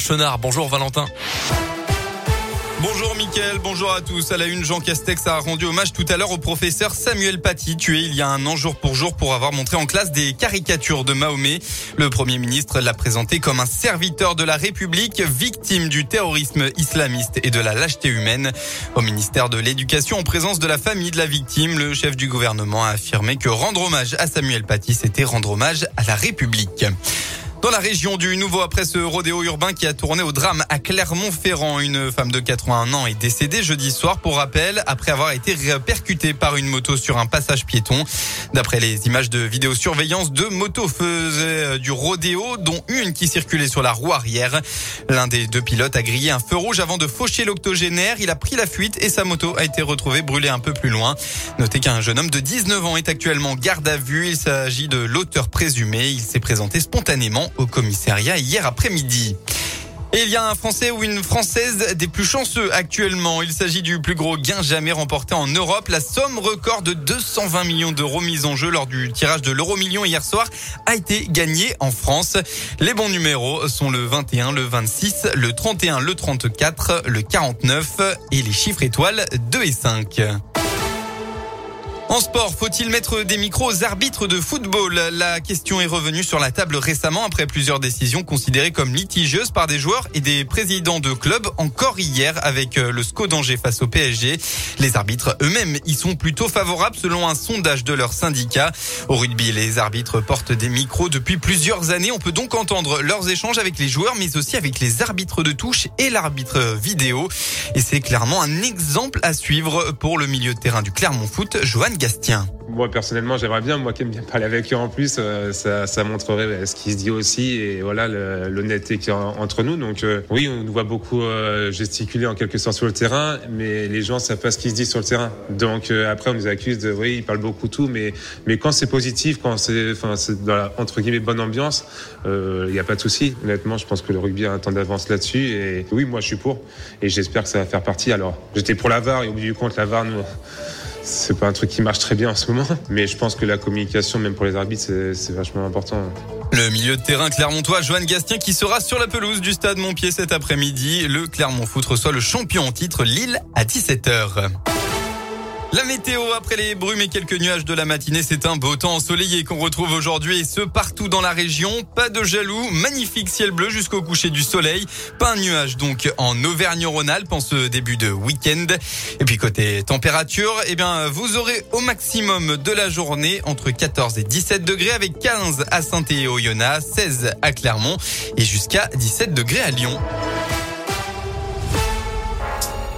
Chenard. Bonjour Valentin. Bonjour Mickaël, bonjour à tous. À la une, Jean Castex a rendu hommage tout à l'heure au professeur Samuel Paty, tué il y a un an jour pour avoir montré en classe des caricatures de Mahomet. Le Premier ministre l'a présenté comme un serviteur de la République, victime du terrorisme islamiste et de la lâcheté humaine. Au ministère de l'Éducation, en présence de la famille de la victime, le chef du gouvernement a affirmé que rendre hommage à Samuel Paty, c'était rendre hommage à la République. Dans la région du Nouveau, après ce rodéo urbain qui a tourné au drame à Clermont-Ferrand, une femme de 81 ans est décédée jeudi soir, pour rappel, après avoir été percutée par une moto sur un passage piéton. D'après les images de vidéosurveillance, 2 motos faisaient du rodéo, dont une qui circulait sur la roue arrière. L'un des 2 pilotes a grillé un feu rouge avant de faucher l'octogénaire. Il a pris la fuite et sa moto a été retrouvée brûlée un peu plus loin. Notez qu'un jeune homme de 19 ans est actuellement garde à vue. Il s'agit de l'auteur présumé. Il s'est présenté spontanément au commissariat hier après-midi. Et il y a un Français ou une Française des plus chanceux actuellement. Il s'agit du plus gros gain jamais remporté en Europe. La somme record de 220 millions d'euros mise en jeu lors du tirage de l'Euro-Million hier soir a été gagnée en France. Les bons numéros sont le 21, le 26, le 31, le 34, le 49 et les chiffres étoiles 2 et 5. En sport, faut-il mettre des micros aux arbitres de football? La question est revenue sur la table récemment après plusieurs décisions considérées comme litigieuses par des joueurs et des présidents de clubs, encore hier avec le SCO d'Angers face au PSG. Les arbitres eux-mêmes y sont plutôt favorables selon un sondage de leur syndicat. Au rugby, les arbitres portent des micros depuis plusieurs années. On peut donc entendre leurs échanges avec les joueurs, mais aussi avec les arbitres de touche et l'arbitre vidéo. Et c'est clairement un exemple à suivre pour le milieu de terrain du Clermont Foot, Johan Gastien. Moi personnellement j'aimerais bien, moi qui aime bien parler avec eux en plus, ça montrerait ce qui se dit aussi et voilà l'honnêteté qu'il y a entre nous. Donc oui, on nous voit beaucoup gesticuler en quelque sorte sur le terrain, mais les gens savent pas ce qui se dit sur le terrain. Donc après on nous accuse de oui, ils parlent beaucoup tout, mais quand c'est positif, quand c'est dans la, entre guillemets bonne ambiance, il y a pas de souci. Honnêtement, je pense que le rugby a un temps d'avance là-dessus et oui, moi je suis pour et j'espère que ça va faire partie. Alors j'étais pour la VAR et au bout du compte la VAR c'est pas un truc qui marche très bien en ce moment, mais je pense que la communication, même pour les arbitres, c'est vachement important. Le milieu de terrain clermontois, Johan Gastien, qui sera sur la pelouse du stade Montpied cet après-midi. Le Clermont Foot reçoit le champion en titre Lille à 17h. La météo, après les brumes et quelques nuages de la matinée, c'est un beau temps ensoleillé qu'on retrouve aujourd'hui et ce partout dans la région. Pas de jaloux, magnifique ciel bleu jusqu'au coucher du soleil. Pas un nuage donc en Auvergne-Rhône-Alpes en ce début de week-end. Et puis côté température, vous aurez au maximum de la journée entre 14 et 17 degrés avec 15 à Saint-Étienne-et-Oyonnax, 16 à Clermont et jusqu'à 17 degrés à Lyon.